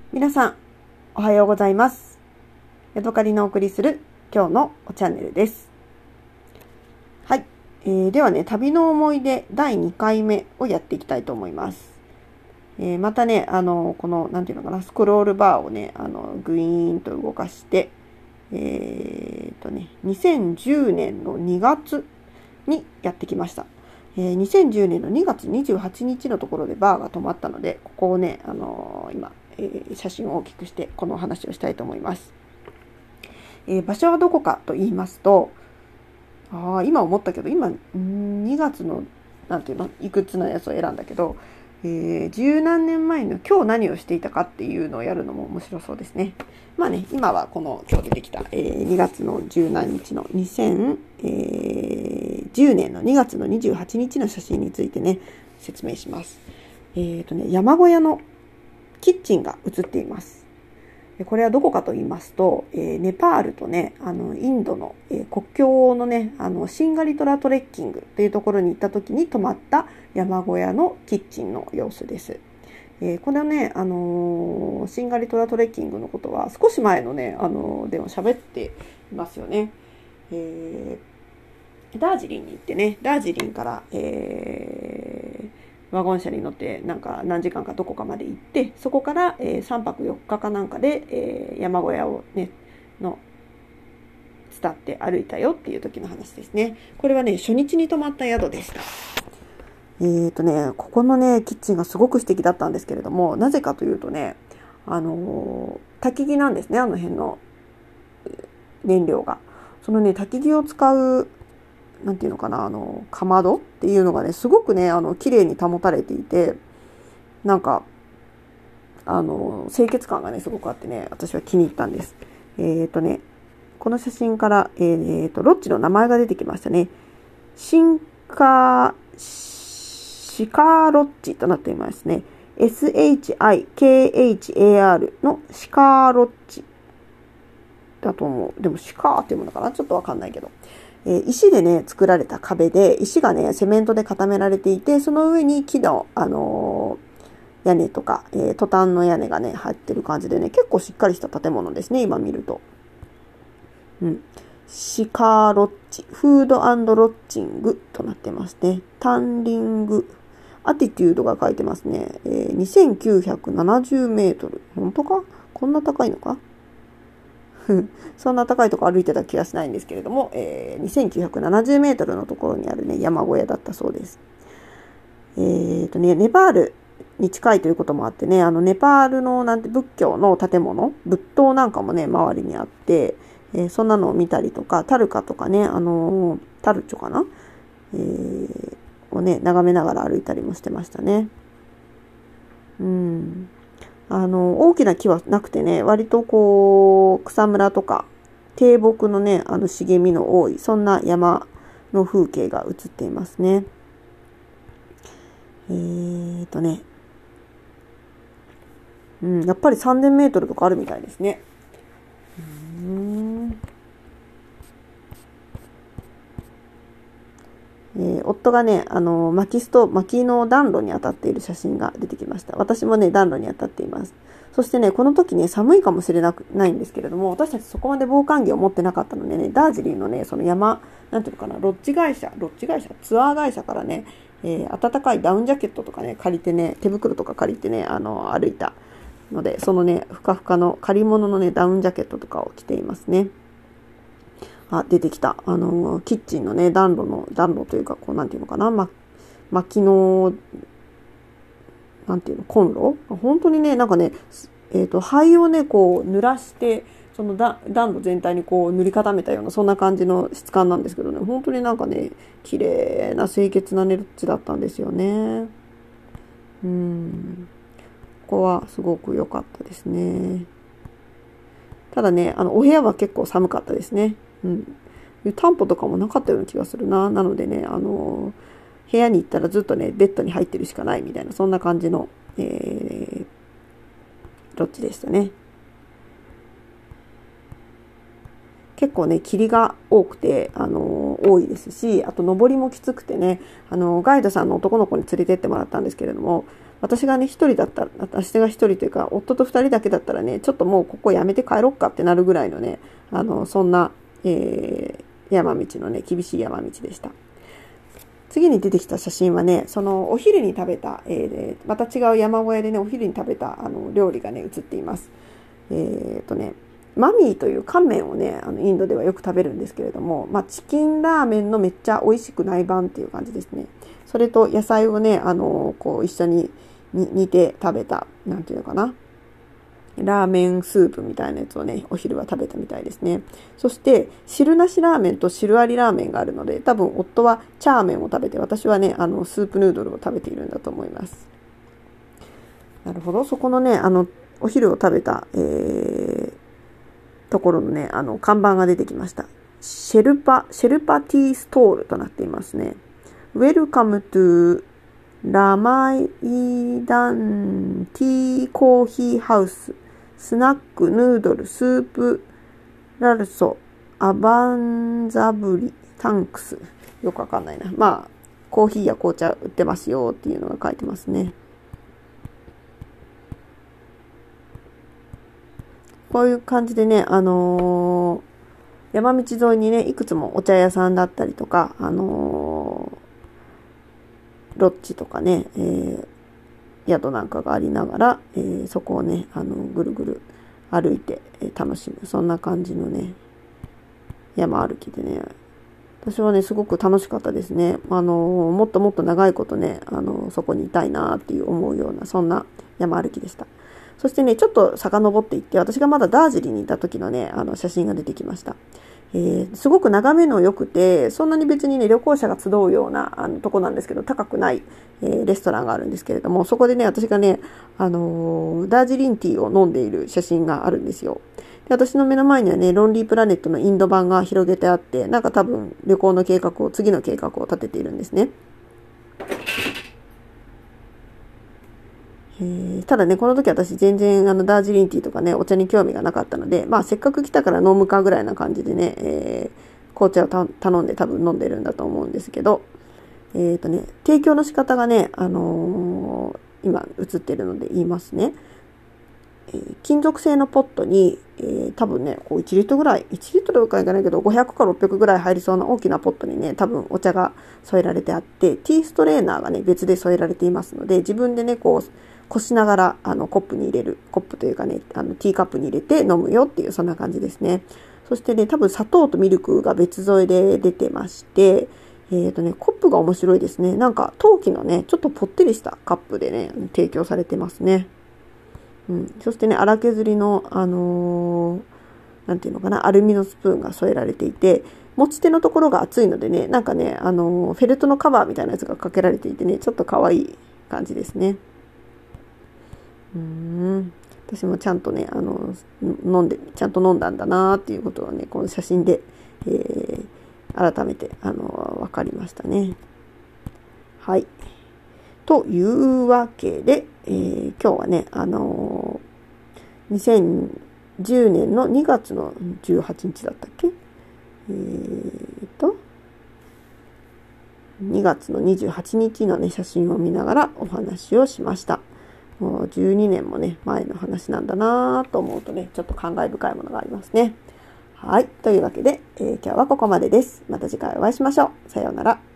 皆さん、おはようございます。ヤドカリのお送りする今日のチャンネルです。はい。ではね、旅の思い出第2回目をやっていきたいと思います。またね、この、なんていうのかな、スクロールバーをね、グイーンと動かして、2010年の2月にやってきました。2010年の2月28日のところでバーが止まったので、ここをね、今、写真を大きくしてこの話をしたいと思います。場所はどこかと言いますと、今思ったけど、今2月のなんていうのいくつのやつを選んだけど、十何年前の今日何をしていたかっていうのをやるのも面白そうですね。まあね、今はこの今日出てきた、2月の十何日の2010年の2月の28日の写真についてね、説明します。山小屋のキッチンが写っています。これはどこかと言いますと、ネパールとね、インドの、国境のね、シンガリトラトレッキングというところに行った時に泊まった山小屋のキッチンの様子です。これはね、シンガリトラトレッキングのことは少し前のね、でも喋っていますよね。ダージリンに行ってね、ダージリンから、ワゴン車に乗ってなんか何時間かどこかまで行って、そこから、3泊4日かなんかで、山小屋をねの伝って歩いたよっていう時の話ですね。これはね、初日に泊まった宿でした。ここのねキッチンがすごく素敵だったんですけれども、なぜかというとね、焚き木なんですね、あの辺の燃料が。そのね焚き木を使うなんていうのかな、かまどっていうのがね、すごくね、綺麗に保たれていて、なんか、清潔感がね、すごくあってね、私は気に入ったんです。この写真から、ロッジの名前が出てきましたね。シカーロッジとなっていますね。SHIKHAR のシカーロッジだと思う。でもシカーっていうのかな、ちょっとわかんないけど。石でね、作られた壁で、石がね、セメントで固められていて、その上に木の、屋根とか、トタンの屋根がね、入ってる感じでね、結構しっかりした建物ですね、今見ると。シカーロッジ、フード&ロッジングとなってますね。タンリング、アティテュードが書いてますね。2970メートル。本当か？こんな高いのか？そんな高いとこ歩いてた気がしないんですけれども、2970メートルのところにあるね、山小屋だったそうです。ネパールに近いということもあってね、ネパールの仏教の建物、仏塔なんかもね、周りにあって、そんなのを見たりとか、タルカとかね、タルチョかな、をね、眺めながら歩いたりもしてましたね。大きな木はなくてね、割とこう、草むらとか、低木のね、茂みの多い、そんな山の風景が映っていますね。やっぱり3000メートルとかあるみたいですね。夫がね、薪の暖炉に当たっている写真が出てきました。私もね、暖炉に当たっています。そしてね、この時ね、寒いかもしれないんですけれども、私たちそこまで防寒着を持ってなかったのでね、ダージリンのね、そのなんていうのかな、ツアー会社からね、暖かいダウンジャケットとかね、借りてね、手袋とか借りてね、歩いたので、そのね、ふかふかの借り物のね、ダウンジャケットとかを着ていますね。出てきた。キッチンのね、暖炉というか、こう、なんていうのかな、薪の、なんていうの、コンロ？本当にね、なんかね、灰をね、こう、濡らして、その暖炉全体にこう、塗り固めたような、そんな感じの質感なんですけどね、本当になんかね、綺麗な清潔なネルッチだったんですよね。ここはすごく良かったですね。ただね、お部屋は結構寒かったですね。担保とかもなかったような気がするな。なのでね、部屋に行ったらずっとね、ベッドに入ってるしかないみたいな、そんな感じの、ロッジでしたね。結構ね、霧が多くて、多いですし、あと登りもきつくてね、ガイドさんの男の子に連れてってもらったんですけれども、 私がね、一人だったら、私が一人というか、夫と二人だけだったらね、ちょっともうここやめて帰ろっかってなるぐらいのね、そんな、山道のね、厳しい山道でした。次に出てきた写真はね、そのお昼に食べた、また違う山小屋でね、お昼に食べた料理がね、写っています。マミーという乾麺をね、インドではよく食べるんですけれども、チキンラーメンのめっちゃ美味しくない版っていう感じですね。それと野菜をね、こう一緒に煮て食べた、なんていうのかな。ラーメンスープみたいなやつをね、お昼は食べたみたいですね。そして、汁なしラーメンと汁ありラーメンがあるので、多分夫はチャーメンを食べて、私はね、スープヌードルを食べているんだと思います。なるほど。そこのね、お昼を食べた、ところのね、看板が出てきました。シェルパティーストールとなっていますね。Welcome to ラマイダンティーコーヒーハウス。スナック、ヌードル、スープ、ラルソ、アバンザブリ、タンクス。よくわかんないな。コーヒーや紅茶売ってますよっていうのが書いてますね。こういう感じでね、山道沿いにね、いくつもお茶屋さんだったりとか、ロッジとかね、宿なんかがありながら、そこをね、ぐるぐる歩いて、楽しむ。そんな感じのね、山歩きでね、私はね、すごく楽しかったですね。もっともっと長いことね、そこにいたいなっていう思うような、そんな山歩きでした。そしてね、ちょっと遡っていって、私がまだダージリンにいた時のね、写真が出てきました。すごく眺めの良くて、そんなに別にね、旅行者が集うような、とこなんですけど、高くない、レストランがあるんですけれども、そこでね、私がね、ダージリンティーを飲んでいる写真があるんですよ。で、私の目の前にはね、ロンリープラネットのインド版が広げてあって、なんか多分旅行の次の計画を立てているんですね。ただね、この時私全然ダージリンティーとかね、お茶に興味がなかったので、せっかく来たから飲むかぐらいな感じでね、紅茶を頼んで多分飲んでるんだと思うんですけど、提供の仕方がね、今映ってるので言いますね。金属製のポットに、多分ね、こう1リットルぐらい、1リットルかいかないけど、500か600ぐらい入りそうな大きなポットにね、多分お茶が添えられてあって、ティーストレーナーがね、別で添えられていますので、自分でね、こう、こしながら、コップに入れる、コップというかね、ティーカップに入れて飲むよっていう、そんな感じですね。そしてね、多分砂糖とミルクが別添えで出てまして、コップが面白いですね。なんか、陶器のね、ちょっとぽってりしたカップでね、提供されてますね。そしてね、荒削りの、なんていうのかな、アルミのスプーンが添えられていて、持ち手のところが熱いのでね、なんかね、フェルトのカバーみたいなやつがかけられていてね、ちょっと可愛い感じですね。私もちゃんとね、ちゃんと飲んだんだなっていうことをね、この写真で、改めて、わかりましたね。はい。というわけで、今日はね、2010年の2月の18日だったっけ2月の28日のね、写真を見ながらお話をしました。もう12年もね、前の話なんだなと思うとね、ちょっと感慨深いものがありますね。はい。というわけで、今日はここまでです。また次回お会いしましょう。さようなら。